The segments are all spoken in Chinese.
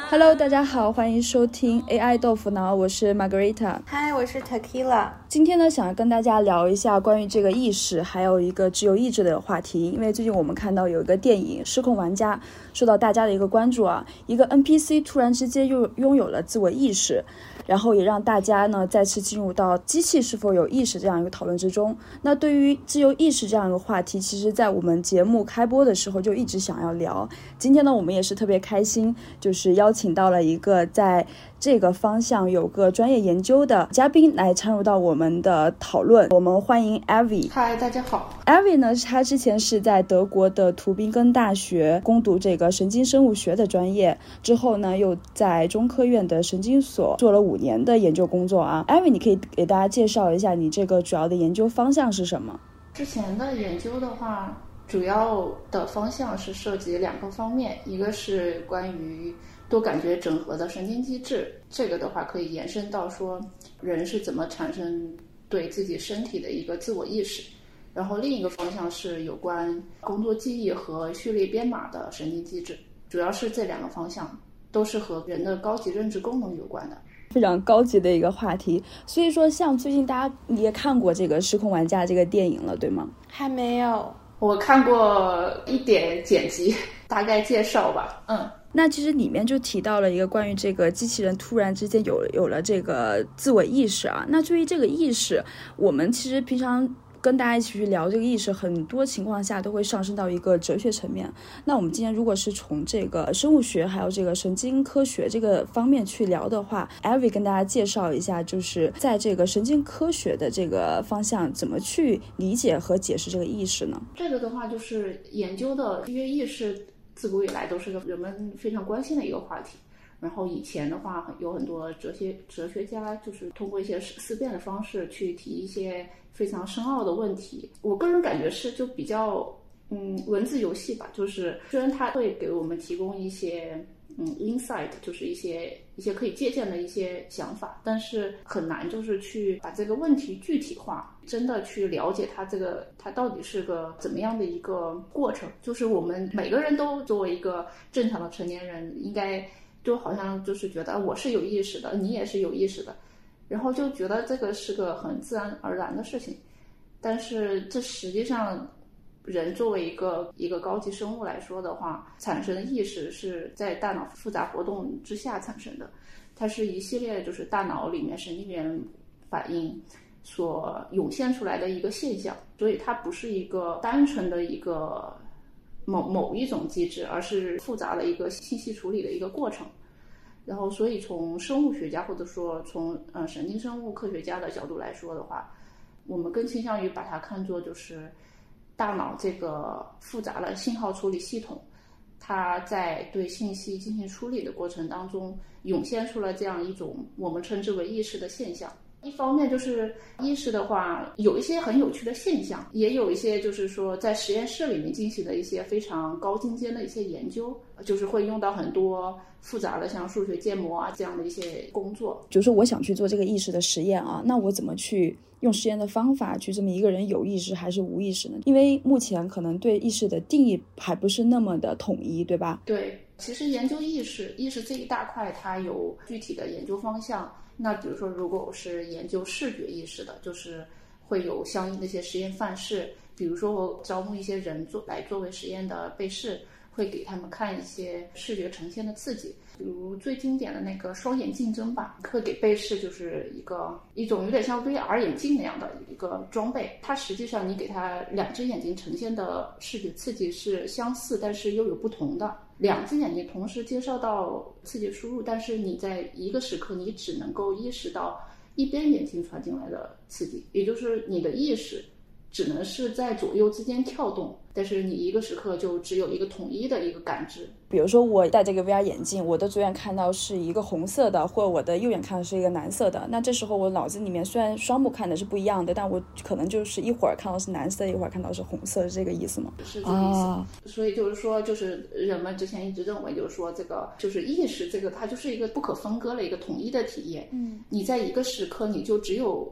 Hello， 大家好，欢迎收听 AI 豆腐脑，我是 Margarita。 嗨，我是 Tequila。 今天呢，想要跟大家聊一下关于这个意识，还有一个自由意志的话题。因为最近我们看到有一个电影《失控玩家》受到大家的一个关注啊，一个 NPC 突然之间又拥有了自我意识，然后也让大家呢再次进入到机器是否有意识这样一个讨论之中。那对于自由意识这样一个话题，其实在我们节目开播的时候就一直想要聊。今天呢，我们也是特别开心，就是邀请到了一个在这个方向有个专业研究的嘉宾来参入到我们的讨论。我们欢迎 Avi。 嗨，大家好。 Avi 呢，他之前是在德国的图宾根大学攻读这个神经生物学的专业，之后呢又在中科院的神经所做了5年的研究工作啊。Avi， 你可以给大家介绍一下你这个主要的研究方向是什么？ 之前的研究的话，主要的方向是涉及2个方面，一个是关于多感觉整合的神经机制，这个的话可以延伸到说人是怎么产生对自己身体的一个自我意识，然后另一个方向是有关工作记忆和序列编码的神经机制，主要是这2个方向都是和人的高级认知功能有关的， 非常高级的一个话题。所以说像最近大家你也看过这个《失控玩家》这个电影了对吗？ 还没有，我看过一点剪辑，大概介绍吧。 那其实里面就提到了一个关于这个机器人突然之间有了这个自我意识啊。那对于这个意识，我们其实平常跟大家一起去聊这个意识，很多情况下都会上升到一个哲学层面。那我们今天如果是从这个生物学还有这个神经科学这个方面去聊的话， Avi 跟大家介绍一下，就是在这个神经科学的这个方向怎么去理解和解释这个意识呢？ 这个的话就是研究的，因为意识自古以来都是人们非常关心的一个话题。然后以前的话，有很多哲学家就是通过一些思辨的方式去提一些非常深奥的问题。我个人感觉是就比较文字游戏吧，就是虽然它会给我们提供一些insight， 就是一些可以借鉴的一些想法，但是很难就是去把这个问题具体化，真的去了解它到底是个怎么样的一个过程。就是我们每个人都作为一个正常的成年人，应该就好像就是觉得我是有意识的，你也是有意识的，然后就觉得这个是个很自然而然的事情。但是这实际上人作为一个高级生物来说的话，产生意识是在大脑复杂活动之下产生的，它是一系列就是大脑里面神经元反应所涌现出来的一个现象，所以它不是一个单纯的一个某一种机制，而是复杂的一个信息处理的一个过程。然后所以从生物学家或者说从神经生物科学家的角度来说的话，我们更倾向于把它看作就是大脑这个复杂的信号处理系统，它在对信息进行处理的过程当中涌现出了这样一种我们称之为意识的现象。一方面就是意识的话有一些很有趣的现象，也有一些就是说在实验室里面进行的一些非常高精尖的一些研究，就是会用到很多复杂的像数学建模啊这样的一些工作。 就是我想去做这个意识的实验啊，那我怎么去用实验的方法去证明一个人有意识还是无意识呢？因为目前可能对意识的定义还不是那么的统一，对吧？ 对，其实研究意识这一大块它有具体的研究方向。那比如说如果我是研究视觉意识的，就是会有相应的一些实验范式，比如说我招募一些人来作为实验的被试，会给他们看一些视觉呈现的刺激，比如最经典的那个双眼竞争吧，会给被试就是一种有点像 VR 眼镜那样的一个装备，它实际上你给它2只眼睛呈现的视觉刺激是相似，但是又有不同的。2只眼睛同时接受到刺激输入，但是你在一个时刻你只能够意识到一边眼睛传进来的刺激，也就是你的意识只能是在左右之间跳动，但是你一个时刻就只有一个统一的一个感知。 比如说我戴这个 VR 眼镜，我的左眼看到是一个红色的，或者我的右眼看到是一个蓝色的，那这时候我脑子里面虽然双目看的是不一样的，但我可能就是一会儿看到是蓝色，一会儿看到是红色，是这个意思吗？ 是这个意思。所以就是说，就是人们之前一直认为就是说这个就是意识这个它就是一个不可分割的一个统一的体验。你在一个时刻你就只有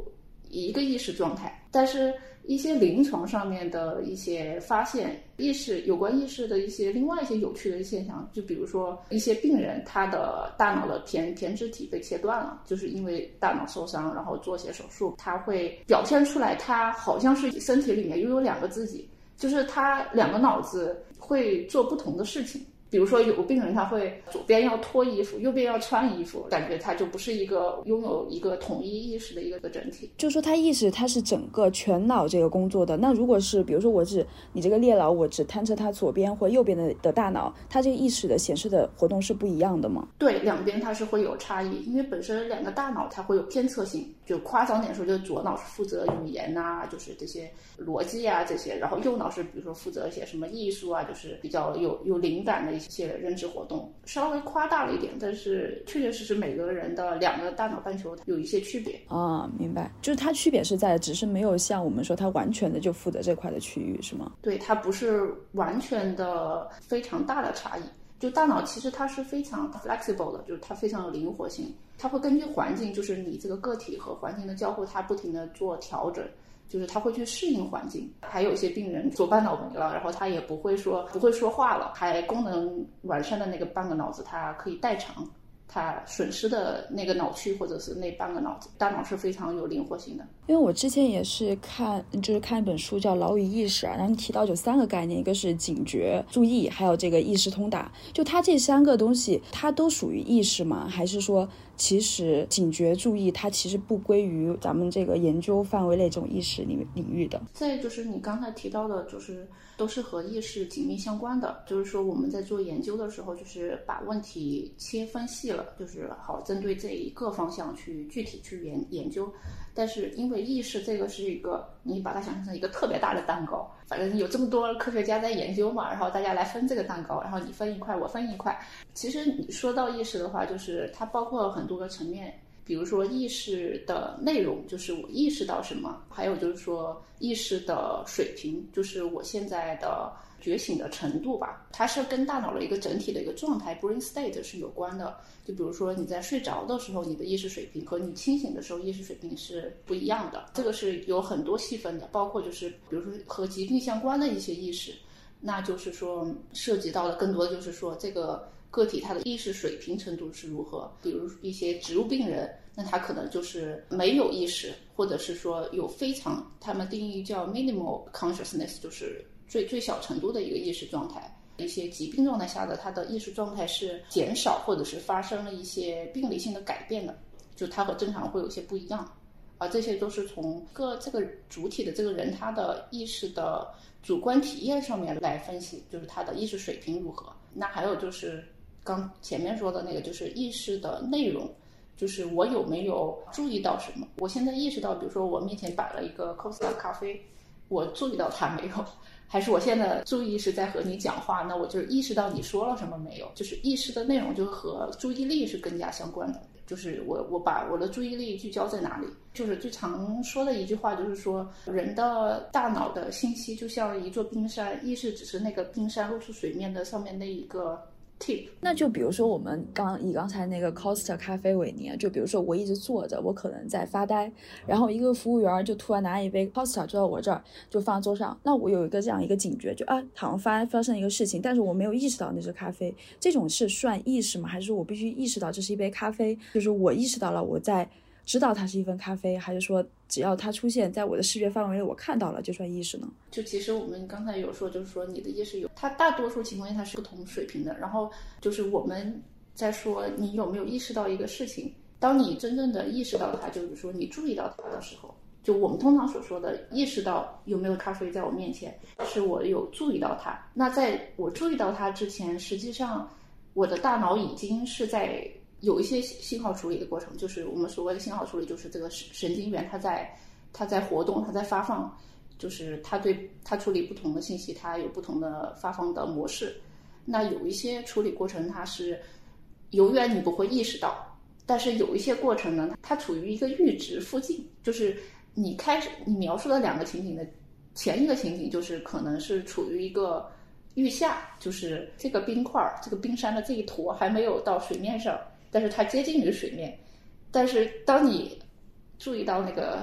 一个意识状态。但是一些临床上面的一些发现，有关意识的一些另外一些有趣的现象，就比如说一些病人他的大脑的胼胝体被切断了，就是因为大脑受伤，然后做些手术，他会表现出来他好像是身体里面拥有两个自己，就是他两个脑子会做不同的事情。比如说有个病人他会左边要脱衣服，右边要穿衣服，感觉他就不是一个拥有一个统一意识的一个整体。 就是说他意识他是整个全脑这个工作的。那如果是比如说你这个猎老，我只探测他左边或右边的大脑，他这个意识的显示的活动是不一样的吗？ 对，两边它是会有差异，因为本身两个大脑它会有偏侧性，就夸张点说，就是左脑是负责语言啊，就是这些逻辑啊这些，然后右脑是比如说负责一些什么艺术啊，就是比较有灵感的一些认知活动，稍微夸大了一点，但是确确实实每个人的两个大脑半球有一些区别啊，明白，就是它区别是在，只是没有像我们说它完全的就负责这块的区域，是吗？ 对，它不是完全的非常大的差异。就大脑其实它是非常 flexible 的，就是它非常有灵活性，它会根据环境，就是你这个个体和环境的交互，它不停的做调整，就是他会去适应环境。还有一些病人左半脑没了，然后他也不会说话了，还功能完善的那个半个脑子它可以代偿他损失的那个脑区或者是那半个脑子。大脑是非常有灵活性的。 因为我之前也是看一本书叫《老与意识》然后提到有3个概念，一个是警觉、注意，还有这个意识通达。就它这3个东西，它都属于意识吗？还是说其实警觉、注意它其实不归于咱们这个研究范围内这种意识领域的？ 再就是你刚才提到的，就是都是和意识紧密相关的。就是说我们在做研究的时候，就是把问题切分细了，就是好针对这一个方向去具体去研究。但是因为意识这个是一个，你把它想象成一个特别大的蛋糕，反正有这么多科学家在研究嘛，然后大家来分这个蛋糕，然后你分一块我分一块。其实你说到意识的话，就是它包括很多个层面，比如说意识的内容，就是我意识到什么，还有就是说意识的水平，就是我现在的觉醒的程度吧，它是跟大脑的一个整体的一个状态 brain state 是有关的。就比如说你在睡着的时候，你的意识水平和你清醒的时候意识水平是不一样的，这个是有很多细分的，包括就是比如说和疾病相关的一些意识，那就是说涉及到的更多的就是说这个个体他的意识水平程度是如何。比如一些植物病人，那他可能就是没有意识，或者是说有非常他们定义叫 minimal consciousness， 就是最小程度的一个意识状态。一些疾病状态下的他的意识状态是减少，或者是发生了一些病理性的改变的，就他和正常会有些不一样。这些都是从这个主体的这个人他的意识的主观体验上面来分析，就是他的意识水平如何。那还有就是刚前面说的那个，就是意识的内容，就是我有没有注意到什么。我现在意识到，比如说我面前摆了一个 Costa 咖啡，我注意到它没有？还是我现在注意是在和你讲话，那我就意识到你说了什么没有？就是意识的内容就和注意力是更加相关的，就是我把我的注意力聚焦在哪里。就是最常说的一句话就是说，人的大脑的信息就像一座冰山，意识只是那个冰山露出水面的上面那一个tip。 那就比如说我们以刚才那个 Costa 咖啡为例，就比如说我一直坐着，我可能在发呆，然后一个服务员就突然拿一杯 Costa 就到我这儿，就放桌上，那我有一个这样一个警觉，就好像发生一个事情，但是我没有意识到那是咖啡，这种是算意识吗？还是说我必须意识到这是一杯咖啡，就是我意识到了我在知道它是一份咖啡，还是说只要它出现在我的视觉范围内我看到了就算意识呢？ 就其实我们刚才有说，就是说你的意识它大多数情况下它是不同水平的。然后就是我们在说你有没有意识到一个事情，当你真正的意识到它，就是说你注意到它的时候，就我们通常所说的意识到有没有咖啡在我面前，是我有注意到它。那在我注意到它之前，实际上我的大脑已经是在有一些信号处理的过程，就是我们所谓的信号处理，就是这个神经元它在活动，它在发放，就是它处理不同的信息，它有不同的发放的模式。那有一些处理过程它是永远你不会意识到，但是有一些过程呢，它处于一个阈值附近，就是你描述的2个情景的前一个情景就是可能是处于一个阈下，就是这个冰块这个冰山的这一坨还没有到水面上，但是它接近于水面。但是当你注意到那个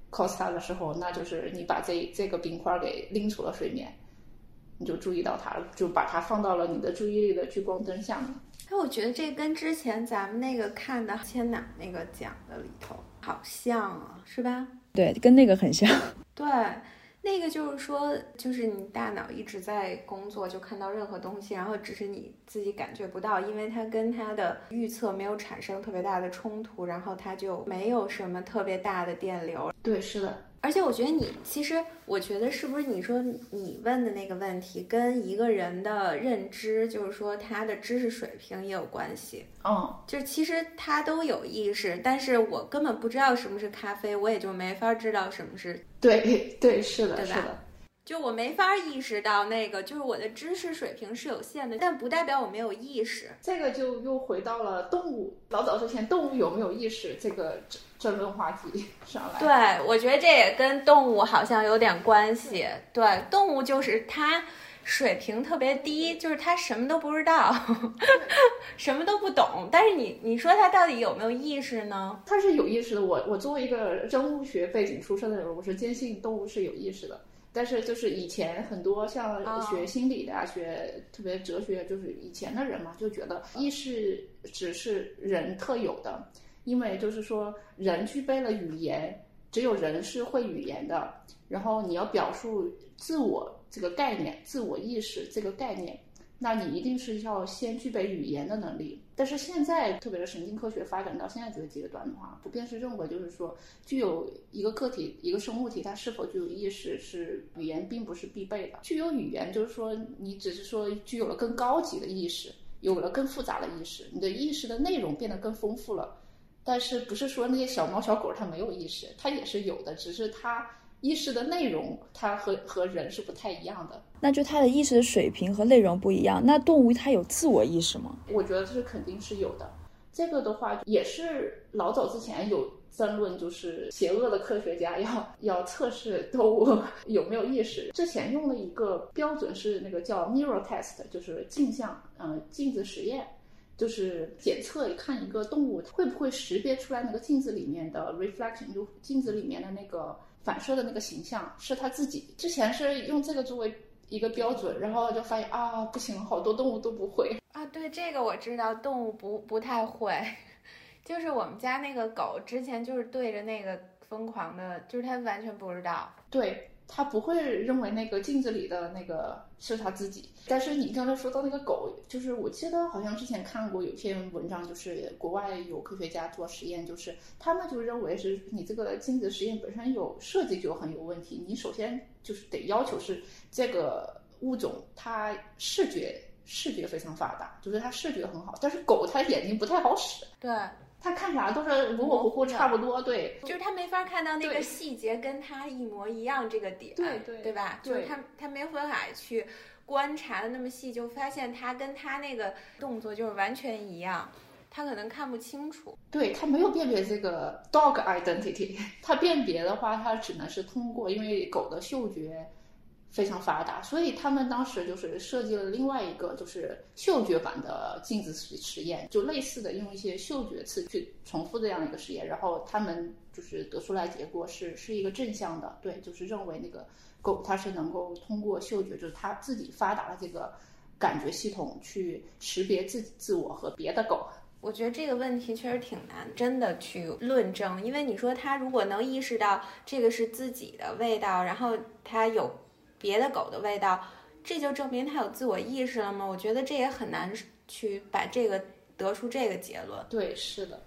cos 它的时候，那就是你把这个冰块给拎出了水面，你就注意到它了，就把它放到了你的注意力的聚光灯下面。 我觉得这跟之前咱们那个看的千哪那个讲的里头好像啊，是吧？ 对，跟那个很像。 对，那个就是说，就是你大脑一直在工作，就看到任何东西，然后只是你自己感觉不到，因为它跟它的预测没有产生特别大的冲突，然后它就没有什么特别大的电流。 对，是的。 而且我觉得其实我觉得是不是你说你问的那个问题跟一个人的认知，就是说他的知识水平也有关系。就是其实他都有意识，但是我根本不知道什么是咖啡，我也就没法知道什么是。 对，是的， 对吧？ 是的。 就我没法意识到那个，就是我的知识水平是有限的，但不代表我没有意识。 这个就又回到了动物，老早之前动物有没有意识这个争论话题上来。 对，我觉得这也跟动物好像有点关系。对，动物就是它水平特别低，就是它什么都不知道，什么都不懂。但是你说它到底有没有意识呢？ 它是有意识的。我作为一个生物学背景出身的人，我是坚信动物是有意识的。但是就是以前很多像学心理的啊，学特别哲学，就是以前的人嘛，就觉得意识只是人特有的，因为就是说人具备了语言，只有人是会语言的，然后你要表述自我这个概念，自我意识这个概念，那你一定是要先具备语言的能力。但是现在特别是神经科学发展到现在这个阶段的话，普遍是认为就是说具有一个个体一个生物体它是否具有意识，是语言并不是必备的。具有语言就是说你只是说具有了更高级的意识，有了更复杂的意识，你的意识的内容变得更丰富了。但是不是说那些小猫小狗它没有意识，它也是有的，只是它意识的内容它和人是不太一样的。 那就它的意识的水平和内容不一样，那动物它有自我意识吗？ 我觉得这肯定是有的。这个的话也是老早之前有争论，就是邪恶的科学家要测试动物有没有意识。之前用的一个标准是那个叫 mirror test， 就是镜子实验，就是检测看一个动物会不会识别出来那个镜子里面的 reflection， 就镜子里面的那个反射的那个形象是他自己。之前是用这个作为一个标准，然后就发现啊，不行，好多动物都不会啊。对，这个我知道，动物不太会。就是我们家那个狗之前就是对着那个疯狂的，就是它完全不知道。 对，他不会认为那个镜子里的那个是他自己。但是你刚才说到那个狗，就是我记得好像之前看过有篇文章，就是国外有科学家做实验，就是他们就认为是你这个镜子实验本身有设计就很有问题。你首先就是得要求是这个物种它视觉非常发达，就是它视觉很好，但是狗它眼睛不太好使。 对， 它看啥都是模模糊糊差不多。对， 就是它没法看到那个细节跟它一模一样这个点。对吧？就是它没办法去观察的那么细，就发现它跟它那个动作就是完全一样，它可能看不清楚。 对，它没有辨别这个 dog identity， 它辨别的话它只能是通过，因为狗的嗅觉非常发达，所以他们当时就是设计了另外一个就是嗅觉版的镜子实验，就类似的用一些嗅觉刺去重复这样一个实验，然后他们就是得出来结果是一个正向的。对，就是认为那个狗它是能够通过嗅觉，就是它自己发达的这个感觉系统去识别自我和别的狗。 我觉得这个问题确实挺难真的去论证，因为你说它如果能意识到这个是自己的味道，然后它有别的狗的味道，这就证明它有自我意识了吗？我觉得这也很难去把这个得出这个结论。 对，是的，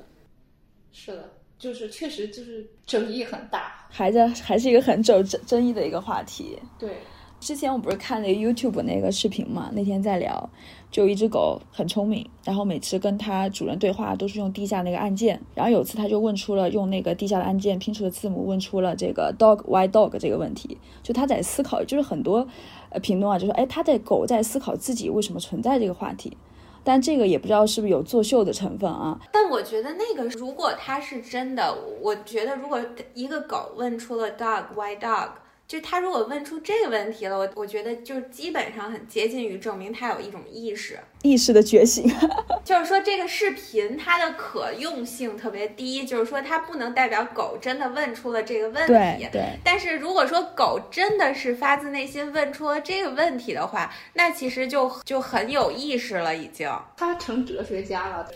就是确实就是争议很大， 还是一个很争议的一个话题。 对， 之前我不是看了 YouTube 那个视频嘛，那天在聊，就有一只狗很聪明，然后每次跟它主人对话都是用地下那个按键，然后有次它就问出了用那个地下的按键拼出的字母问出了这个 dog why dog 这个问题，就它在思考，就是很多评论啊就说它在狗在思考自己为什么存在这个话题，但这个也不知道是不是有作秀的成分啊。 但我觉得那个如果它是真的，我觉得如果一个狗问出了 dog why dog， 就他如果问出这个问题了，我觉得就基本上很接近于证明他有一种意识的觉醒。 就是说这个视频它的可用性特别低，就是说它不能代表狗真的问出了这个问题。 对。 但是如果说狗真的是发自内心问出了这个问题的话，那其实就很有意识了，已经。 他成哲学家了。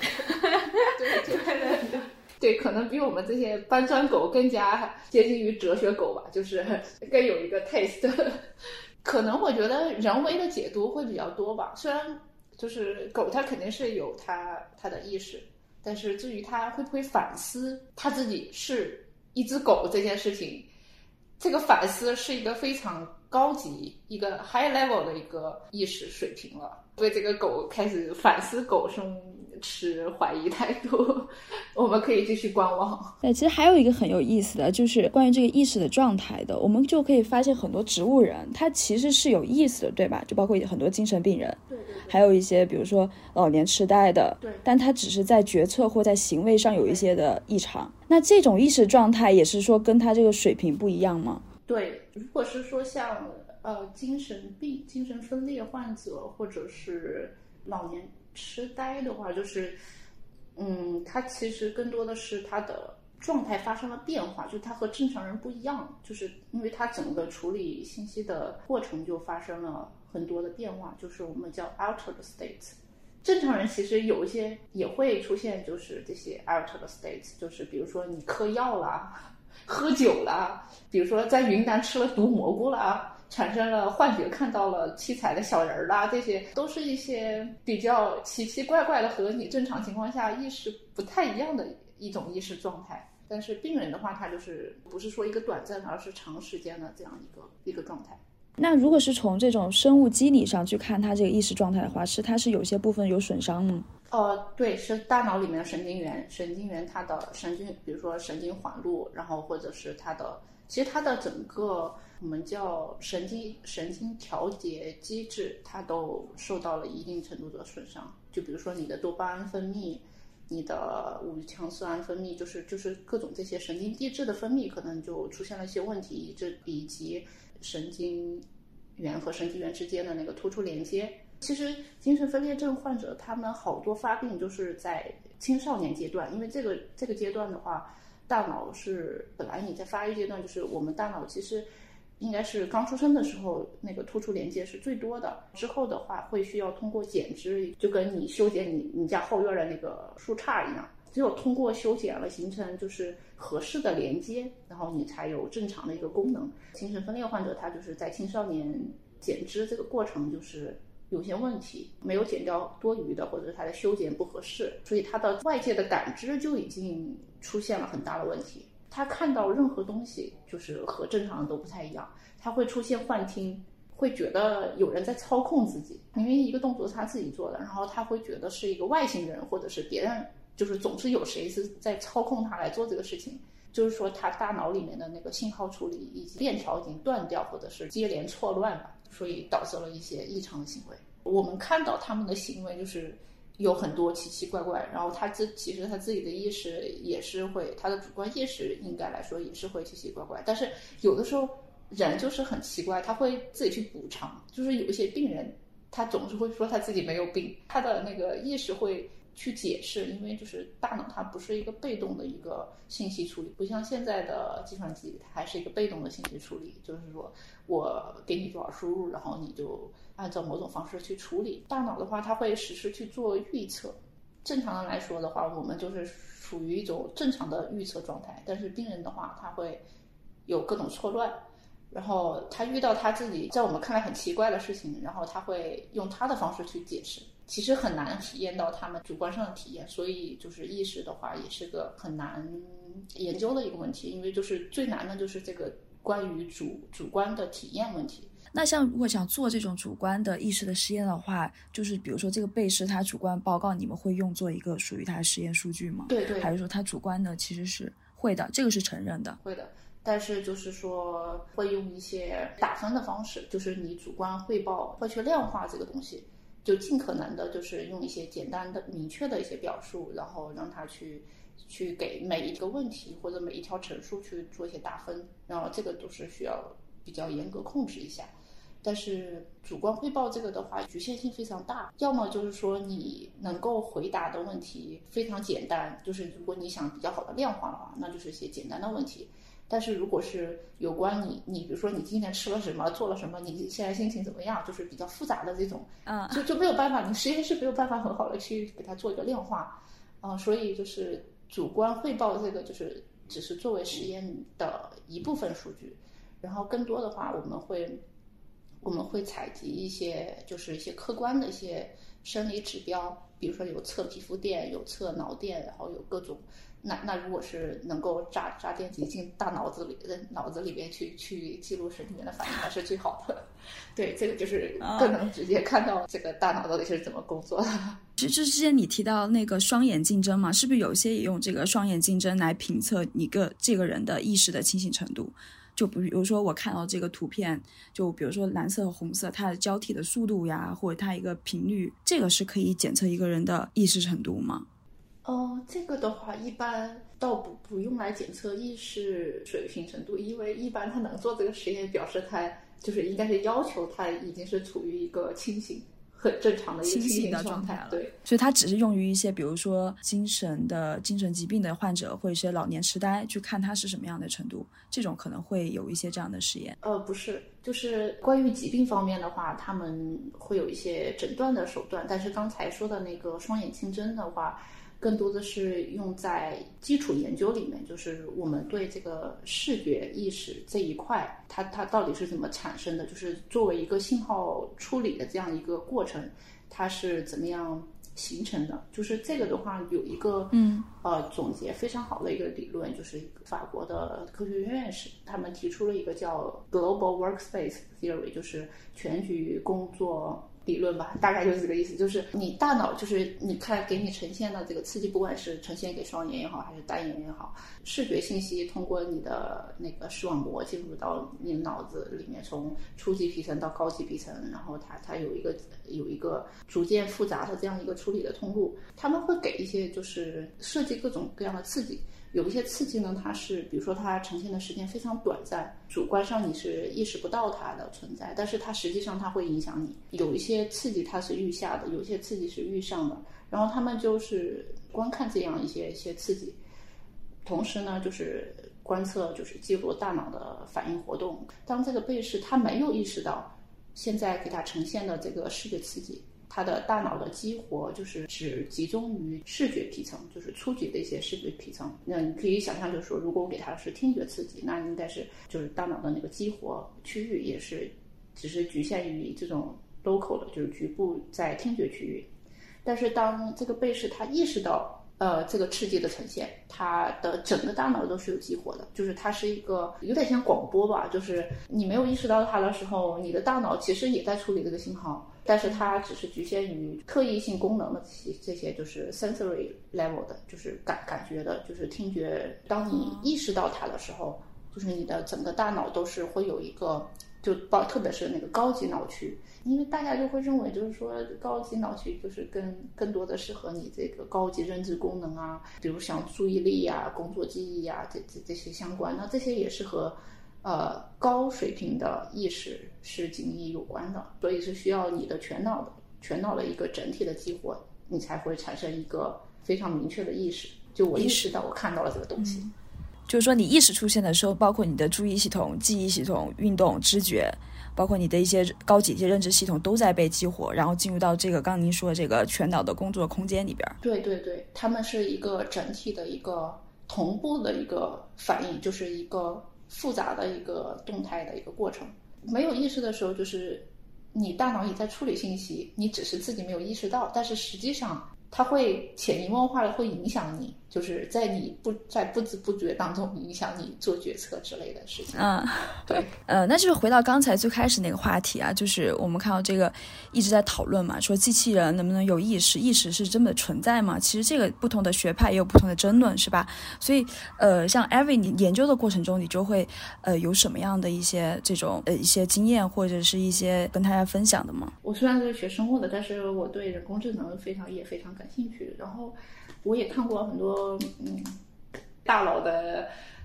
对，可能比我们这些搬砖狗更加接近于哲学狗吧，就是更有一个 taste。可能我觉得人为的解读会比较多吧，虽然就是狗它肯定是有它的意识，但是至于它会不会反思它自己是一只狗这件事情，这个反思是一个非常高级一个 high level 的一个意识水平了。对这个狗开始反思狗生持怀疑态度，我们可以继续观望。 对，其实还有一个很有意思的就是关于这个意识的状态的，我们就可以发现很多植物人他其实是有意识的，对吧？就包括很多精神病人， 对， 还有一些比如说老年痴呆的， 对， 但他只是在决策或在行为上有一些的异常。那这种意识状态也是说跟他这个水平不一样吗？ 对，如果是说像精神病、精神分裂患者或者是老年痴呆的话，就是他其实更多的是他的状态发生了变化，就是他和正常人不一样，就是因为他整个处理信息的过程就发生了很多的变化，就是我们叫 altered states。正常人其实有一些也会出现就是这些 altered states， 就是比如说你嗑药啦、喝酒啦，比如说在云南吃了毒蘑菇啦，产生了幻觉，看到了七彩的小人啦，这些都是一些比较奇奇怪怪的和你正常情况下意识不太一样的一种意识状态。但是病人的话，他就是不是说一个短暂的，而是长时间的这样一个状态。 那如果是从这种生物机理上去看它这个意识状态的话，它是有些部分有损伤吗？ 对，是大脑里面的神经元它的比如说神经环路，然后或者是其实它的整个我们叫神经调节机制，它都受到了一定程度的损伤。就比如说你的多巴胺分泌，你的五羟色胺分泌，就是各种这些神经递质的分泌可能就出现了一些问题，以及神经元和神经元之间的那个突触连接。其实精神分裂症患者他们好多发病就是在青少年阶段，因为这个阶段的话，大脑是本来你在发育阶段，就是我们大脑其实应该是刚出生的时候那个突触连接是最多的，之后的话会需要通过剪枝，就跟你修剪你家后院的那个树杈一样，只有通过修剪了形成就是合适的连接，然后你才有正常的一个功能。精神分裂患者他就是在青少年剪枝这个过程就是有些问题，没有剪掉多余的，或者他的修剪不合适，所以他的外界的感知就已经出现了很大的问题。他看到任何东西就是和正常人都不太一样，他会出现幻听，会觉得有人在操控自己，因为一个动作是他自己做的，然后他会觉得是一个外星人或者是别人，就是总是有谁是在操控他来做这个事情。就是说他大脑里面的那个信号处理以及链条已经断掉，或者是接连错乱吧，所以导致了一些异常的行为。我们看到他们的行为就是有很多奇奇怪怪，然后其实他自己的意识也是会，他的主观意识应该来说也是会奇奇怪怪，但是有的时候人就是很奇怪，他会自己去补偿，就是有一些病人他总是会说他自己没有病，他的那个意识会去解释，因为就是大脑它不是一个被动的一个信息处理，不像现在的计算机它还是一个被动的信息处理，就是说我给你多少输入，然后你就按照某种方式去处理。大脑的话它会实时去做预测，正常的来说的话我们就是属于一种正常的预测状态，但是病人的话他会有各种错乱，然后他遇到他自己在我们看来很奇怪的事情，然后他会用他的方式去解释，其实很难体验到他们主观上的体验，所以就是意识的话也是个很难研究的一个问题，因为就是最难的就是这个关于主观的体验问题。 那像如果想做这种主观的意识的实验的话，就是比如说这个被试他主观报告，你们会用作一个属于他的实验数据吗？ 对对， 还是说他主观的其实是会的，这个是承认的？ 会的，但是就是说会用一些打分的方式，就是你主观汇报会去量化这个东西，就尽可能的就是用一些简单的明确的一些表述，然后让他去给每一个问题或者每一条陈述去做一些打分，然后这个都是需要比较严格控制一下。但是主观汇报这个的话局限性非常大，要么就是说你能够回答的问题非常简单，就是如果你想比较好的量化的话，那就是一些简单的问题。但是如果是有关你比如说你今天吃了什么，做了什么，你现在心情怎么样，就是比较复杂的这种，就没有办法，你实验室没有办法很好的去给它做一个量化，所以就是主观汇报这个就是只是作为实验的一部分数据，然后更多的话我们会采集一些就是一些客观的一些生理指标，比如说有测皮肤电，有测脑电，然后有各种。那如果是能够扎电极进大脑子里边去记录神经元的反应，那是最好的。对，这个就是更能直接看到这个大脑到底是怎么工作的。 之前你提到那个双眼竞争嘛，是不是有些也用这个双眼竞争来评测这个人的意识的清醒程度？就比如说我看到这个图片，就比如说蓝色和红色它的交替的速度呀，或者它一个频率，这个是可以检测一个人的意识程度吗？ 这个的话一般倒不用来检测意识水平程度，因为一般他能做这个实验表示他就是应该是要求他已经是处于一个清醒很正常的一个清醒的状态了。 对， 所以它只是用于一些比如说精神疾病的患者或者一些老年痴呆，去看他是什么样的程度，这种可能会有一些这样的实验。 不是，就是关于疾病方面的话，他们会有一些诊断的手段，但是刚才说的那个双眼竞争的话更多的是用在基础研究里面，就是我们对这个视觉意识这一块它到底是怎么产生的，就是作为一个信号处理的这样一个过程，它是怎么样形成的。就是这个的话有一个总结非常好的一个理论，就是法国的科学院院士他们提出了一个叫 Global Workspace Theory， 就是全局工作理论吧，大概就是这个意思。就是你大脑就是你看给你呈现的这个刺激，不管是呈现给双眼也好还是单眼也好，视觉信息通过你的那个视网膜进入到你脑子里面，从初级皮层到高级皮层，然后它有一个逐渐复杂的这样一个处理的通路。他们会给一些就是设计各种各样的刺激，有一些刺激呢，它是比如说它呈现的时间非常短暂，主观上你是意识不到它的存在，但是它实际上它会影响你。有一些刺激它是预下的，有一些刺激是预上的，然后他们就是观看这样一些刺激，同时呢就是观测就是记录大脑的反应活动。当这个被试他没有意识到现在给他呈现的这个视觉刺激，他的大脑的激活就是只集中于视觉皮层，就是初级的一些视觉皮层。那你可以想象，就是说如果我给他是听觉刺激，那应该是就是大脑的那个激活区域也是只是局限于这种 local 的，就是局部在听觉区域。但是当这个被试他意识到这个刺激的呈现，它的整个大脑都是有激活的，就是它是一个有点像广播吧，就是你没有意识到它的时候，你的大脑其实也在处理这个信号，但是它只是局限于特异性功能的这些就是 sensory level 的，就是感觉的，就是听觉。当你意识到它的时候，就是你的整个大脑都是会有一个特别是那个高级脑区，因为大家就会认为就是说高级脑区就是更多的是和你这个高级认知功能啊，比如像注意力啊、工作记忆啊这些相关，那这些也是和高水平的意识是紧密有关的，所以是需要你的全脑的一个整体的激活，你才会产生一个非常明确的意识，就我意识到我看到了这个东西。 就是说你意识出现的时候，包括你的注意系统、记忆系统、运动、知觉，包括你的一些高级一些认知系统都在被激活，然后进入到这个刚刚您说的这个全脑的工作空间里边。 对对对，他们是一个整体的一个同步的一个反应，就是一个复杂的一个动态的一个过程。没有意识的时候，就是你大脑也在处理信息，你只是自己没有意识到，但是实际上它会潜移默化的会影响你，就是在你在不知不觉当中影响你做决策之类的事情。对。 那就是回到刚才最开始那个话题啊，就是我们看到这个一直在讨论嘛，说机器人能不能有意识，意识是真的存在吗？其实这个不同的学派也有不同的争论，是吧？所以像 Avery 你研究的过程中，你就会有什么样的一些这种一些经验或者是一些跟大家分享的吗？ 我虽然是学生物的，但是我对人工智能也非常感兴趣，然后我也看过很多大佬的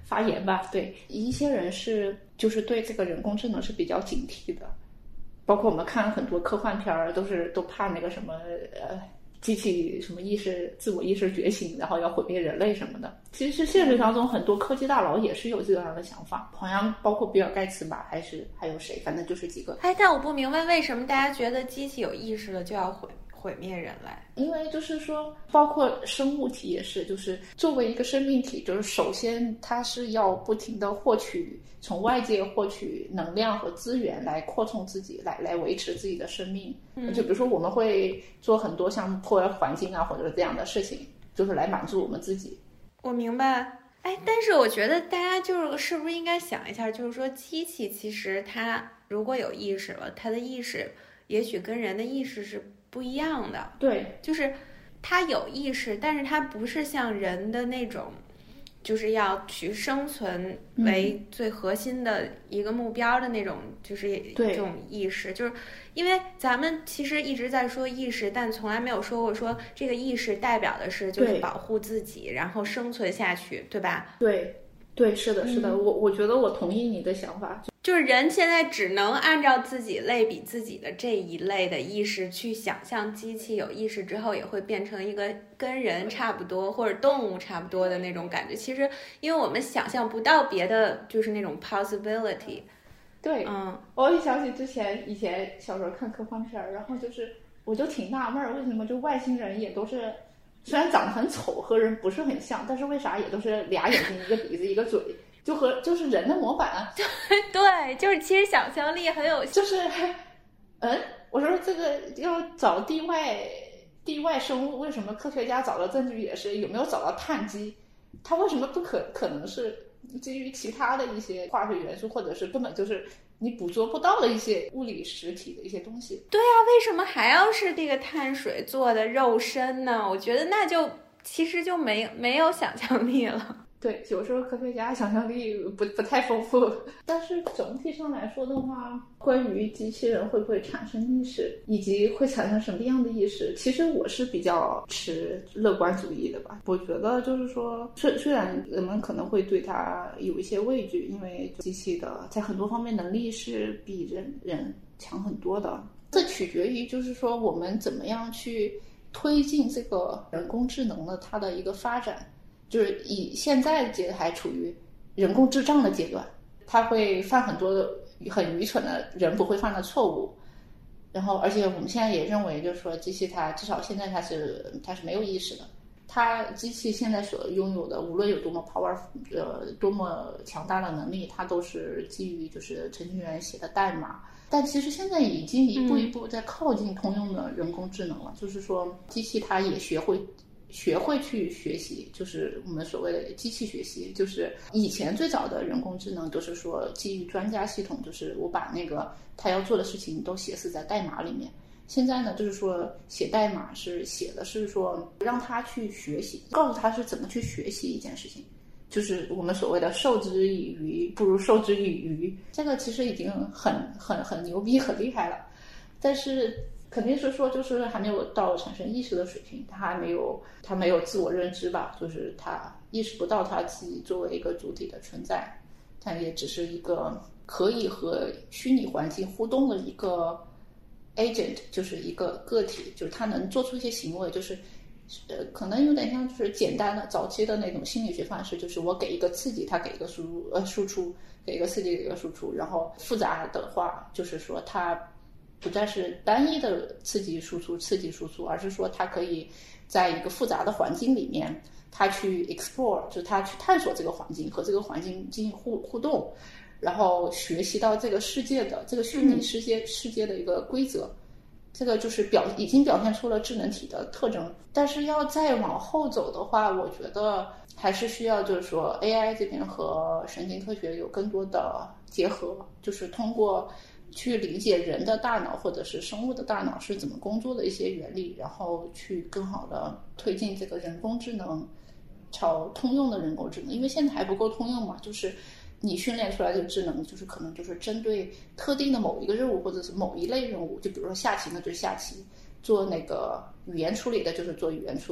发言吧。对，一些人是就是对这个人工智能是比较警惕的，包括我们看很多科幻片儿，都怕那个什么机器什么自我意识觉醒，然后要毁灭人类什么的。其实现实当中很多科技大佬也是有这样的想法，好像包括比尔盖茨吧，还有谁，反正就是几个。 但我不明白为什么大家觉得机器有意识了就要毁灭人类。 因为就是说包括生物体也是，就是作为一个生命体，就是首先它是要不停的从外界获取能量和资源来扩充自己，来维持自己的生命。就比如说我们会做很多像破坏环境啊或者这样的事情，就是来满足我们自己。 我明白。但是我觉得大家是不是应该想一下，就是说机器其实它如果有意识了，它的意识也许跟人的意识是不一样的。 对， 就是它有意识，但是它不是像人的那种就是要去生存为最核心的一个目标的那种，就是这种意识。就是因为咱们其实一直在说意识，但从来没有说过说这个意识代表的是就是保护自己然后生存下去，对吧？ 对，是的，是的。我觉得我同意你的想法， 就是人现在只能按照自己类比自己的这一类的意识去想象机器有意识之后也会变成一个跟人差不多或者动物差不多的那种感觉。其实因为我们想象不到别的，就是那种 possibility。 对，我一想起以前小时候看科幻片，然后我就挺纳闷为什么就外星人也都是虽然长得很丑，和人不是很像，但是为啥也都是俩眼睛一个鼻子一个嘴，就是人的模板。 对，就是其实想象力很有， 就是我说这个要找地外生物，为什么科学家找到证据也是有没有找到碳基？它为什么不可能是基于其他的一些化学元素，或者是根本就是你捕捉不到的一些物理实体的一些东西？ 对啊，为什么还要是这个碳水做的肉身呢？我觉得那就其实就没有想象力了。 对，有时候科学家想象力不太丰富，但是总体上来说的话，关于机器人会不会产生意识，以及会产生什么样的意识，其实我是比较持乐观主义的吧。我觉得就是说，虽然人们可能会对它有一些畏惧，因为机器的在很多方面能力是比人强很多的，这取决于就是说我们怎么样去推进这个人工智能的它的一个发展。就是以现在还处于人工智障的阶段，他会犯很多的很愚蠢的人不会犯的错误，然后而且我们现在也认为就是说机器它至少现在它是没有意识的，它机器现在所拥有的无论有多么 多么强大的能力，它都是基于就是程序员写的代码，但其实现在已经一步一步在靠近通用的人工智能了，就是说机器它也学会去学习，就是我们所谓的机器学习。就是以前最早的人工智能都是说基于专家系统，就是我把那个他要做的事情都写死在代码里面。现在呢，就是说写代码写的是说让他去学习，告诉他是怎么去学习一件事情，就是我们所谓的授之以鱼不如授之以渔。这个其实已经很牛逼很厉害了，但是肯定是说就是还没有到产生意识的水平，他没有自我认知吧，就是他意识不到他自己作为一个主体的存在，他也只是一个可以和虚拟环境互动的一个 agent， 就是一个个体，就是他能做出一些行为，就是可能有点像就是简单的早期的那种心理学方式，就是我给一个刺激，他给一个输出，给一个刺激给一个输出，然后复杂的话就是说他不再是单一的刺激输出，而是说它可以在一个复杂的环境里面，它去 explore， 就是它去探索这个环境，和这个环境进行互动，然后学习到这个世界的这个虚拟世界的一个规则。这个就是已经表现出了智能体的特征。但是要再往后走的话，我觉得还是需要就是说 AI 这边和神经科学有更多的结合，就是通过去理解人的大脑或者是生物的大脑是怎么工作的一些原理，然后去更好的推进这个人工智能朝通用的人工智能。因为现在还不够通用嘛，就是你训练出来的智能就是可能就是针对特定的某一个任务或者是某一类任务，就比如说下棋呢就是下棋，做那个语言处理的就是做语言处理，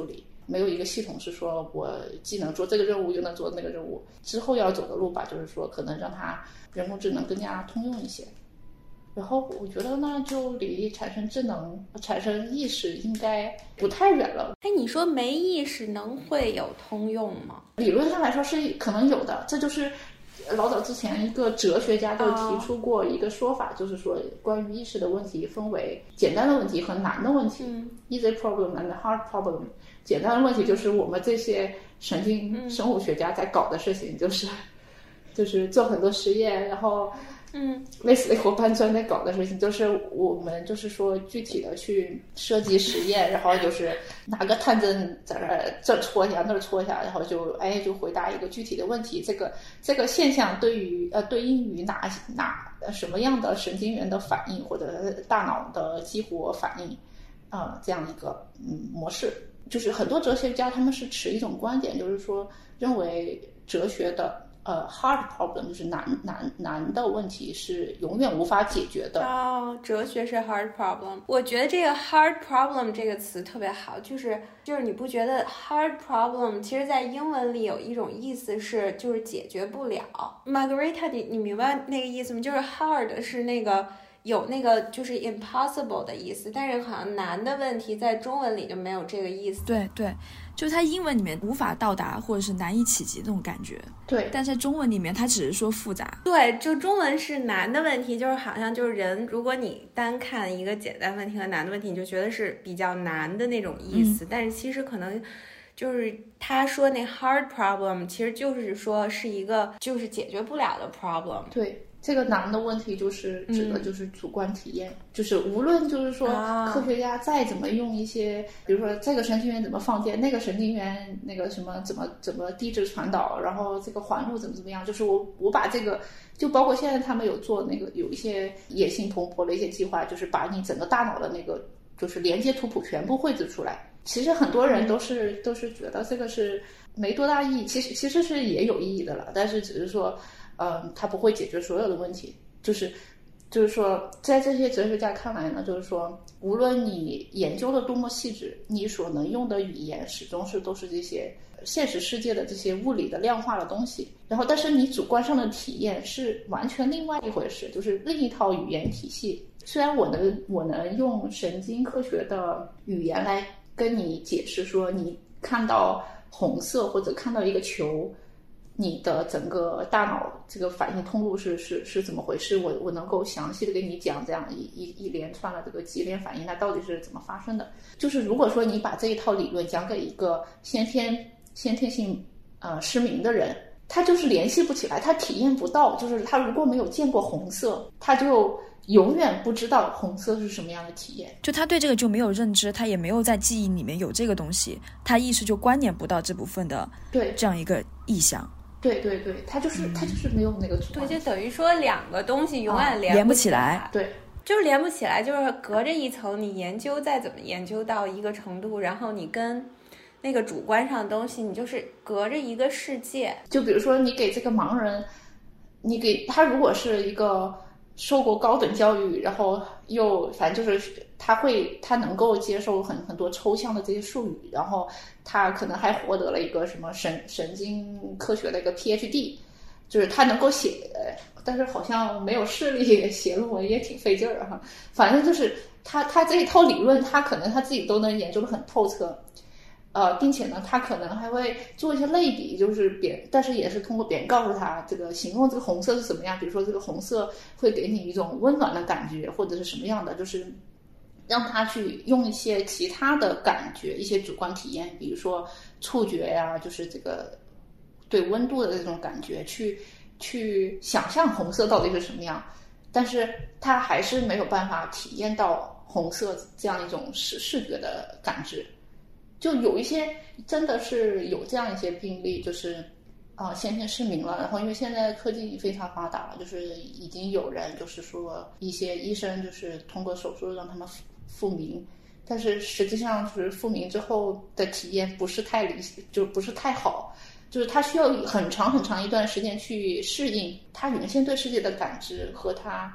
没有一个系统是说我既能做这个任务又能做那个任务。之后要走的路吧，就是说可能让它人工智能更加通用一些。然后我觉得呢，就离产生智能、产生意识应该不太远了。 哎，你说没意识能会有通用吗？ 理论上来说是可能有的，这就是老早之前一个哲学家就提出过一个说法，就是说关于意识的问题分为简单的问题和难的问题，easy problem and hard problem。简单的问题就是我们这些神经生物学家在搞的事情，就是做很多实验，然后类似累活搬砖在搞的事情，就是我们就是说具体的去设计实验，然后就是拿个探针在这戳一下那儿戳一下，然后就回答一个具体的问题。这个现象对应于哪什么样的神经元的反应，或者大脑的激活反应这样一个模式。就是很多哲学家他们是持一种观点，就是说认为哲学的hard problem 就是难的问题是永远无法解决的。 哲学是 hard problem。我觉得这个 hard problem 这个词特别好，就是你不觉得 hard problem 其实在英文里有一种意思是就是解决不了。Margarita 你明白那个意思吗？就是 hard 是那个有那个就是 impossible 的意思，但是好像难的问题在中文里就没有这个意思。 对，就是它英文里面无法到达或者是难以企及那种感觉。 对， 但在中文里面它只是说复杂。 对，就中文是难的问题，就是好像就是人，如果你单看一个简单问题和难的问题，你就觉得是比较难的那种意思，但是其实可能就是他说那 hard problem 其实就是说是一个就是解决不了的 problem。 对，这个难的问题就是指的就是主观体验，就是无论就是说科学家再怎么用一些，比如说这个神经元怎么放电，那个神经元那个什么怎么低质传导，然后这个环路怎么样，就是我把这个，就包括现在他们有做那个有一些野心蓬勃的一些计划，就是把你整个大脑的那个就是连接图谱全部绘制出来。其实很多人都是觉得这个是没多大意义，其实是也有意义的了，但是只是说它不会解决所有的问题。就是说在这些哲学家看来呢，就是说无论你研究的多么细致，你所能用的语言始终都是这些现实世界的这些物理的量化的东西，然后但是你主观上的体验是完全另外一回事，就是另一套语言体系。虽然我能用神经科学的语言来跟你解释说你看到红色或者看到一个球，你的整个大脑这个反应通路是怎么回事，我能够详细的给你讲这样一连串的这个级联反应它到底是怎么发生的。就是如果说你把这一套理论讲给一个先天性失明的人，他就是联系不起来，他体验不到，就是他如果没有见过红色，他就永远不知道红色是什么样的体验， 就他对这个就没有认知，他也没有在记忆里面有这个东西，他意识就关联不到这部分的这样一个意象。 对，他就是没有那个主观。 对，就等于说两个东西永远连不起来。 对， 就是连不起来，就是隔着一层，你研究再怎么研究到一个程度，然后你跟那个主观上的东西，你就是隔着一个世界。 就比如说你给这个盲人，你给他如果是一个受过高等教育，然后又反正就是他能够接受很多抽象的这些术语，然后他可能还获得了一个什么神经科学的一个 PhD， 就是他能够写，但是好像没有视力，写论文也挺费劲儿哈。反正就是他这一套理论，他可能他自己都能研究得很透彻。并且呢，他可能还会做一些类比，就是但是也是通过别人告诉他这个形容这个红色是什么样，比如说这个红色会给你一种温暖的感觉，或者是什么样的，就是让他去用一些其他的感觉，一些主观体验，比如说触觉呀，就是这个对温度的这种感觉，去想象红色到底是什么样，但是他还是没有办法体验到红色这样一种视觉的感知。就有一些真的是有这样一些病例，就是先天失明了，然后因为现在科技非常发达了，就是已经有人就是说一些医生就是通过手术让他们复明，但是实际上就是复明之后的体验不是太就不是太好，就是他需要很长一段时间去适应他原先对世界的感知和他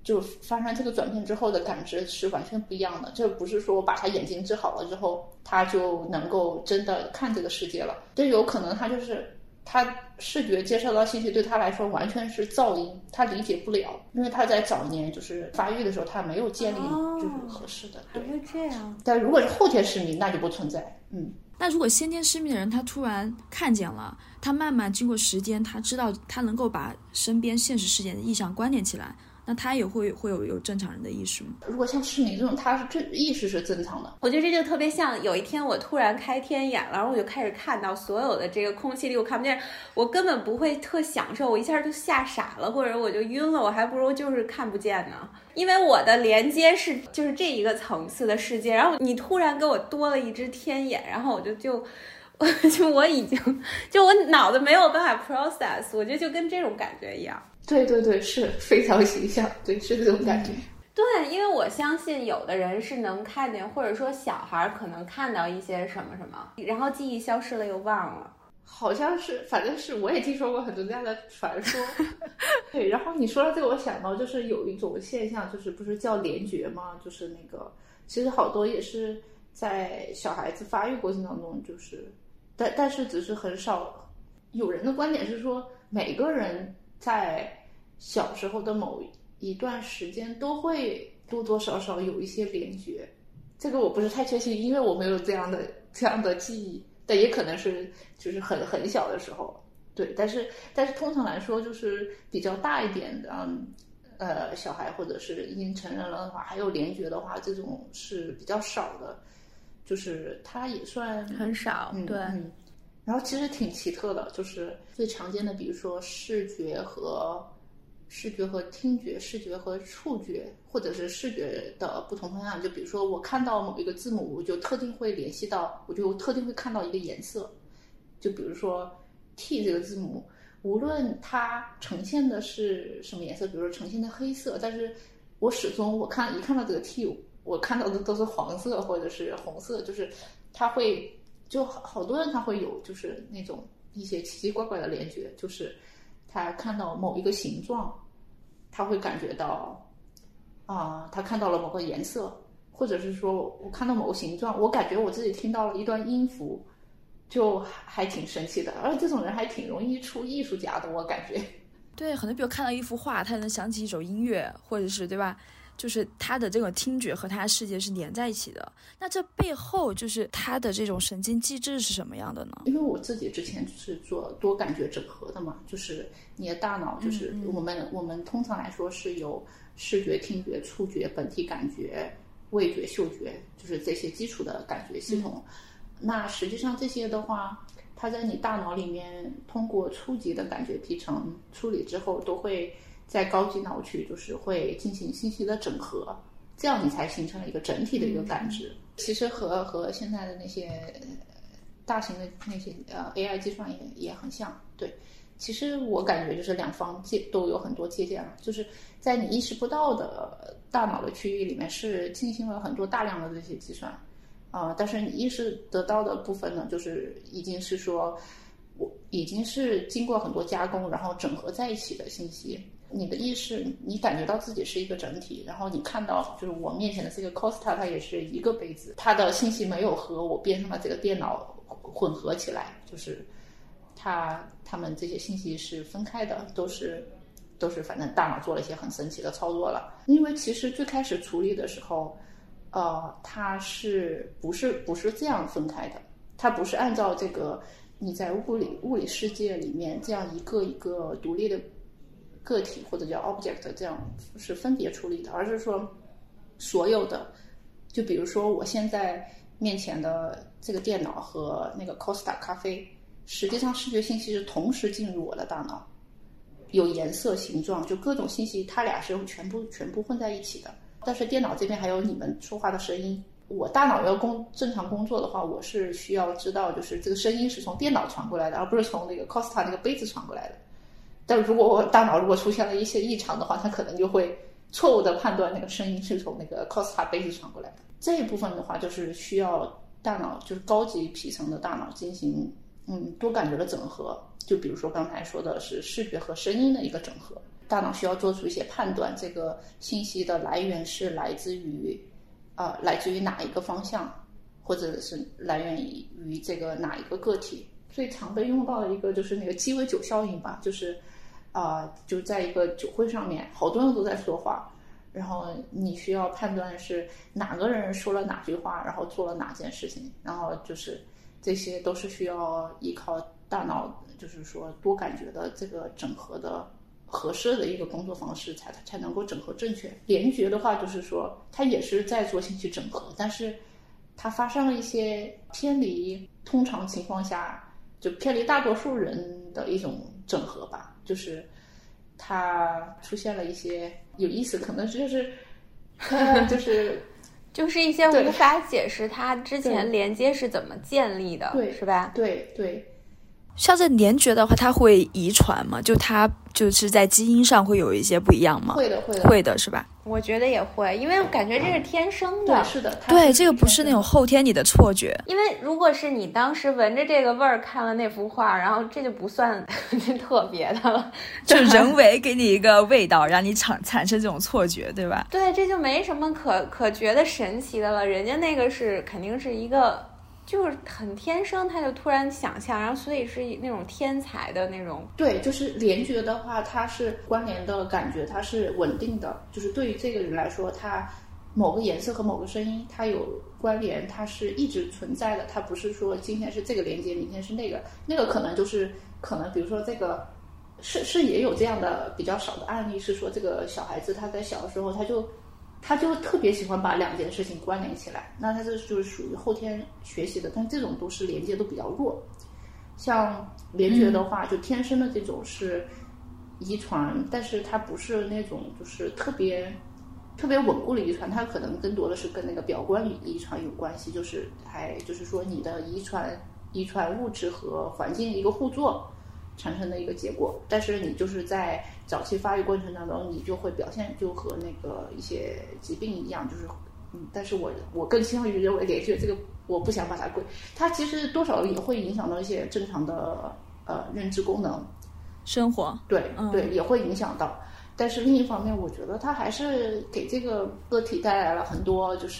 就发生这个转变之后的感知是完全不一样的。这不是说我把他眼睛治好了之后，他就能够真的看这个世界了。这有可能他就是他视觉接受到信息对他来说完全是噪音，他理解不了，因为他在早年就是发育的时候他没有建立就是合适的。对， 还会这样。 但如果是后天失明，那就不存在。 那如果先天失明的人他突然看见了，他慢慢经过时间，他知道他能够把身边现实世界的意象关联起来，那他也会有正常人的意识吗？ 如果像失明这种，他是这意识是正常的。 我觉得这就特别像有一天我突然开天眼了，然后我就开始看到所有的这个空气里我看不见，我根本不会特享受，我一下就吓傻了，或者我就晕了，我还不如就是看不见呢。因为我的连接是就是这一个层次的世界，然后你突然给我多了一只天眼，然后我我已经就我脑子没有办法 process， 我觉得就跟这种感觉一样。 对对对，是非常形象，对，是这种感觉。 对，因为我相信有的人是能看见，或者说小孩可能看到一些什么什么，然后记忆消失了又忘了。 好像是，反正是我也听说过很多这样的传说。对，然后你说到这个，我想到就是有一种现象，就是不是叫联觉吗？就是那个，其实好多也是在小孩子发育过程当中，就是但是只是很少。有人的观点是说，每个人在小时候的某一段时间都会多多少少有一些联觉，这个我不是太确信，因为我没有这样的记忆，但也可能是就是很小的时候。对，但是通常来说，就是比较大一点的小孩或者是已经成人了的话，还有联觉的话，这种是比较少的，就是它也算很少。对。 然后其实挺奇特的，就是最常见的，比如说视觉和听觉、视觉和触觉，或者是视觉的不同方向。就比如说我看到某一个字母，我就特定会联系到，我就特定会看到一个颜色。就比如说 T 这个字母，无论它呈现的是什么颜色，比如说呈现的黑色，但是我始终一看到这个 T， 我看到的都是黄色或者是红色，就是它会。就好多人他会有就是那种一些奇奇怪怪的联觉，就是他看到某一个形状，他会感觉到他看到了某个颜色，或者是说我看到某个形状，我感觉我自己听到了一段音符，就还挺神奇的。而且这种人还挺容易出艺术家的，我感觉。 对，可能比如看到一幅画，他能想起一首音乐，或者是对吧？就是他的这种听觉和他的世界是连在一起的。那这背后就是他的这种神经机制是什么样的呢？ 因为我自己之前是做多感觉整合的嘛，就是你的大脑就是我们通常来说是有视觉、听觉、触觉、本体感觉、味觉、嗅觉，就是这些基础的感觉系统。那实际上这些的话，它在你大脑里面通过初级的感觉皮层处理之后，都会在高级脑区就是会进行信息的整合，这样你才形成了一个整体的一个感知。其实和现在的那些大型的那些AI 计算也很像。对，其实我感觉就是两方都有很多借鉴了，就是在你意识不到的大脑的区域里面是进行了很多大量的这些计算但是你意识得到的部分呢，就是已经是经过很多加工然后整合在一起的信息。你的意识你感觉到自己是一个整体，然后你看到就是我面前的这个 Costa 它也是一个杯子，它的信息没有和我边上的这个电脑混合起来，就是他们这些信息是分开的，都是反正大脑做了一些很神奇的操作了。因为其实最开始处理的时候它是不是这样分开的，它不是按照这个你在物理世界里面这样一个一个独立的个体或者叫 object 这样是分别处理的，而是说所有的，就比如说我现在面前的这个电脑和那个 Costa 咖啡，实际上视觉信息是同时进入我的大脑，有颜色、形状，就各种信息，它俩是全部混在一起的。但是电脑这边还有你们说话的声音，我大脑要正常工作的话，我是需要知道就是这个声音是从电脑传过来的，而不是从那个 Costa 那个杯子传过来的。但如果我大脑如果出现了一些异常的话，它可能就会错误的判断那个声音是从那个 Costa 杯子传过来的。这一部分的话，就是需要大脑就是高级皮层的大脑进行多感觉的整合。就比如说刚才说的是视觉和声音的一个整合。 大脑需要做出一些判断，这个信息的来源是来自于哪一个方向，或者是来源于这个哪一个个体。最常被用到的一个就是那个鸡尾酒效应吧，就是就在一个酒会上面，好多人都在说话，然后你需要判断是哪个人说了哪句话，然后做了哪件事情，然后就是这些都是需要依靠大脑，就是说多感觉的这个整合的合适的一个工作方式才能够整合正确。联觉的话就是说它也是在做信息整合，但是它发生了一些偏离通常情况下就偏离大多数人的一种整合吧，就是它出现了一些有意思，可能就是就是一些无法解释它之前连接是怎么建立的， 对， 是吧？ 对对。 像这联觉的话，它会遗传吗？就它就是在基因上会有一些不一样吗？会的是吧？ 我觉得也会，因为我感觉这是天生的。 对，是的。 对，这个不是那种后天你的错觉。 因为如果是你当时闻着这个味儿看了那幅画，然后这就不算特别的了， 就人为给你一个味道，让你产生这种错觉，对吧？ 对，这就没什么可觉得神奇的了。人家那个是肯定是一个。就是很天生，他就突然想象，然后所以是那种天才的那种。 对，就是联觉的话，它是关联的感觉，它是稳定的。就是对于这个人来说，他某个颜色和某个声音，它有关联，它是一直存在的。它不是说今天是这个连接，明天是那个，那个可能比如说这个是也有这样的比较少的案例，是说这个小孩子他在小的时候他就特别喜欢把两件事情关联起来，那他这就是属于后天学习的，但这种都是连接都比较弱。像联觉的话，就天生的这种是遗传，但是它不是那种就是特别稳固的遗传，它可能更多的是跟那个表观遗传有关系，就是说你的遗传物质和环境的一个互作产生的一个结果，但是你就是在早期发育过程当中，你就会表现就和那个一些疾病一样，就是但是我更倾向于认为联觉这个，我不想把它归，它其实多少也会影响到一些正常的认知功能、 生活， 对对，也会影响到。但是另一方面，我觉得它还是给这个个体带来了很多就是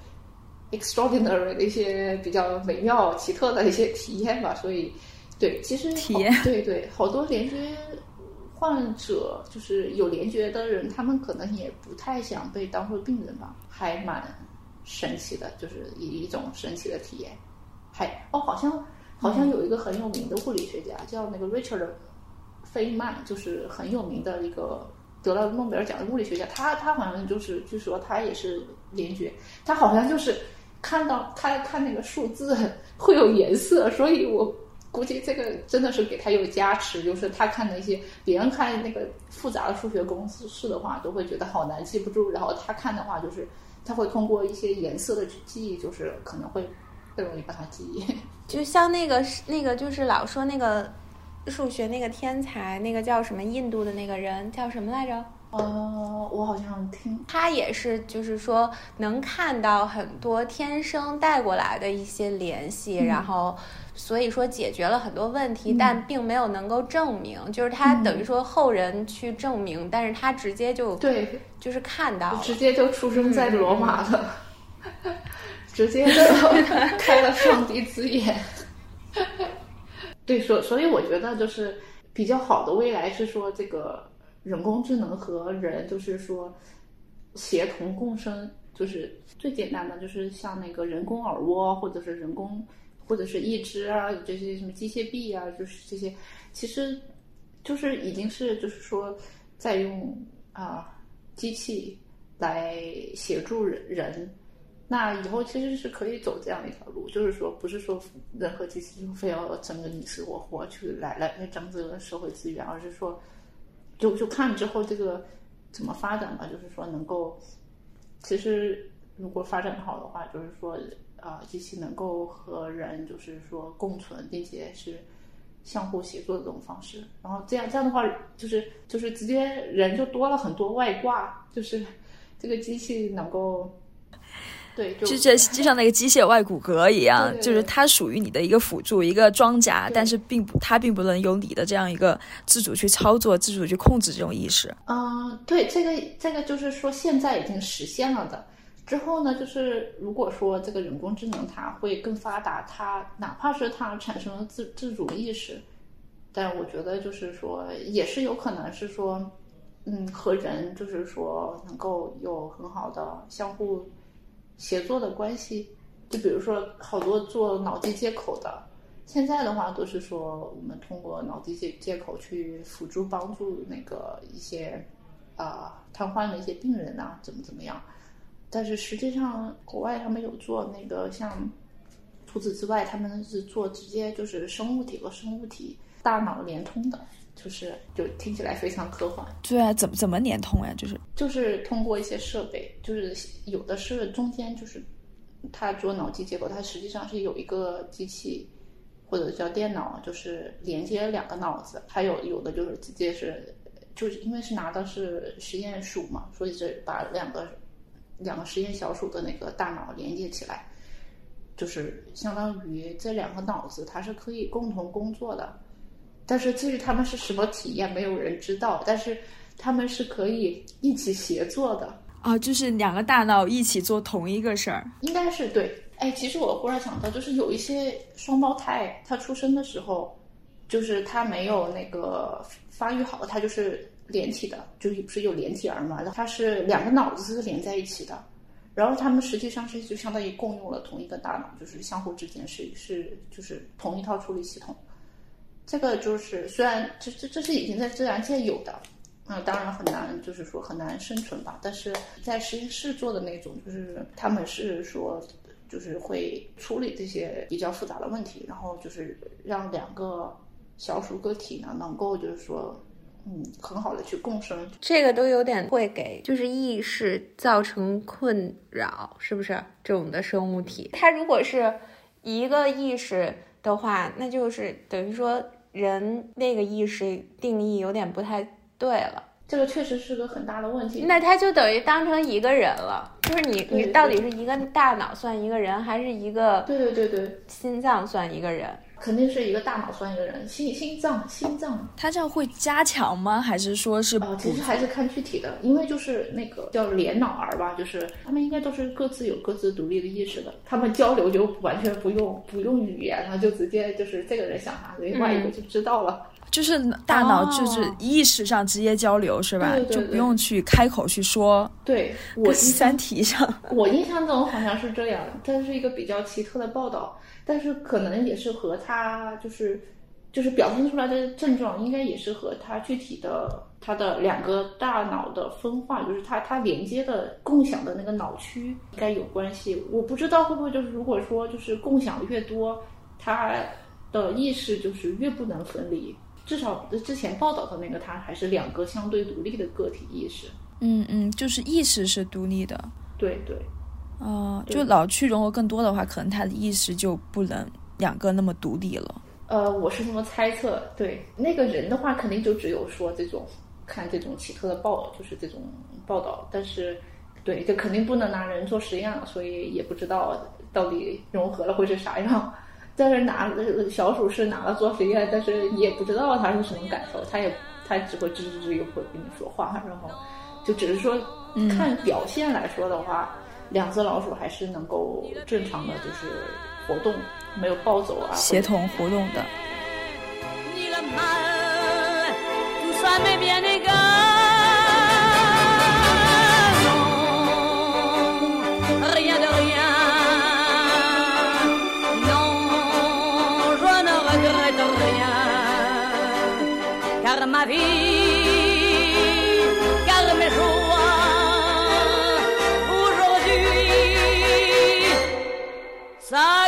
extraordinary 的一些比较美妙奇特的一些体验吧，所以。对，其实体验对，好多联觉患者就是有联觉的人，他们可能也不太想被当作病人吧，还蛮神奇的，就是一种神奇的体验。好像有一个很有名的物理学家叫那个 Richard 费曼，就是很有名的一个得了诺贝尔奖的物理学家，他好像就是据说他也是联觉，他好像就是看到他看那个数字会有颜色，所以我估计这个真的是给他有加持，就是他看的一些别人看那个复杂的数学公式的话，都会觉得好难记不住，然后他看的话，就是他会通过一些颜色的记忆，就是可能会更容易把它记忆。 就像那个就是老说那个数学那个天才，那个叫什么印度的那个人叫什么来着？ 我好像听他也是，就是说能看到很多天生带过来的一些联系，然后所以说解决了很多问题，但并没有能够证明，就是他等于说后人去证明，但是他直接就对， 就是看到了， 直接就出生在罗马了，直接就开了上帝之眼。对，所以我觉得就是比较好的未来是说这个人工智能和人就是说协同共生，就是最简单的就是像那个人工耳蜗或者是人工或者是义肢啊，这些什么机械臂啊，就是这些其实就是已经是就是说在用机器来协助人。那以后其实是可以走这样一条路，就是说不是说人和机器就非要争个你死我活去来争这个社会资源，而是说就看之后这个怎么发展吧，就是说能够其实如果发展好的话，就是说机器能够和人就是说共存，并且是相互协作的这种方式，然后这样的话就是直接人就多了很多外挂，就是这个机器能够对， 就像那个机械外骨骼一样， 对， 就是它属于你的一个辅助，一个装甲，但是它并不能有你的这样一个自主去操作、自主去控制这种意识。 对，这个就是说现在已经实现了的。之后呢，就是如果说这个人工智能它会更发达，它哪怕是它产生了自主意识，但我觉得就是说也是有可能是说和人就是说能够有很好的相互协作的关系。就比如说好多做脑机接口的，现在的话都是说我们通过脑机接口去辅助帮助那个一些瘫痪的一些病人啊怎么样。但是实际上国外他们有做那个像除此之外他们是做直接就是生物体和生物体大脑连通的，就听起来非常科幻。 对啊，怎么连通呀？ 就是通过一些设备，就是有的是中间就是它做脑机接口，它实际上是有一个机器或者叫电脑，就是连接两个脑子，还有的就是直接就是因为是拿的是实验鼠嘛，所以是把两个实验小鼠的那个大脑连接起来，就是相当于这两个脑子它是可以共同工作的。但是至于他们是什么体验没有人知道，但是他们是可以一起协作的就是两个大脑一起做同一个事儿， 应该是对。其实我忽然想到，就是有一些双胞胎他出生的时候就是他没有那个发育好，他就是连体的，就是不是有连体儿嘛，他是两个脑子是连在一起的，然后他们实际上是就相当于共用了同一个大脑，就是相互之间是就是同一套处理系统。这个就是虽然这是已经在自然界有的，当然很难，就是说很难生存吧。但是在实验室做的那种，就是他们是说，就是会处理这些比较复杂的问题，然后就是让两个小鼠个体呢，能够就是说，很好的去共生。 这个都有点会给就是意识造成困扰，是不是？这种的生物体，它如果是一个意识的话，那就是等于说人那个意识定义有点不太对了。 这个确实是个很大的问题。 那他就等于当成一个人了，就是你到底是一个大脑算一个人，还是一个对心脏算一个人？ 肯定是一个大脑算一个人，心脏。 它这样会加强吗？还是说是其实还是看具体的，因为就是那个叫连脑儿吧，就是他们应该都是各自有各自独立的意识的，他们交流就完全不用语言，然后就直接就是这个人想啥，另外一个就知道了。 就是大脑就是意识上直接交流，是吧？ 对， 就不用去开口去说。 对， 我三体上， 我印象中好像是这样，这是一个比较奇特的报道，但是可能也是和他就是表现出来的症状，应该也是和他具体的他的两个大脑的分化，就是他连接的共享的那个脑区应该有关系。我不知道会不会就是如果说就是共享越多，他的意识就是越不能分离。至少之前报道的那个，它还是两个相对独立的个体意识。 就是意识是独立的。 对。 就脑区融合更多的话，可能他的意识就不能两个那么独立了。 我是这么猜测。对，那个人的话，肯定就只有说看这种奇特的就是这种报道，但是对，这肯定不能拿人做实验了，所以也不知道到底融合了会是啥样。但是小鼠是拿了做实验，但是你也不知道它是什么感受，它只会吱又会跟你说话，然后就只是说看表现来说的话，两只老鼠还是能够正常的就是活动，没有暴走啊， 协同活动的。 Ma vie, car mes joies aujourd'hui, ça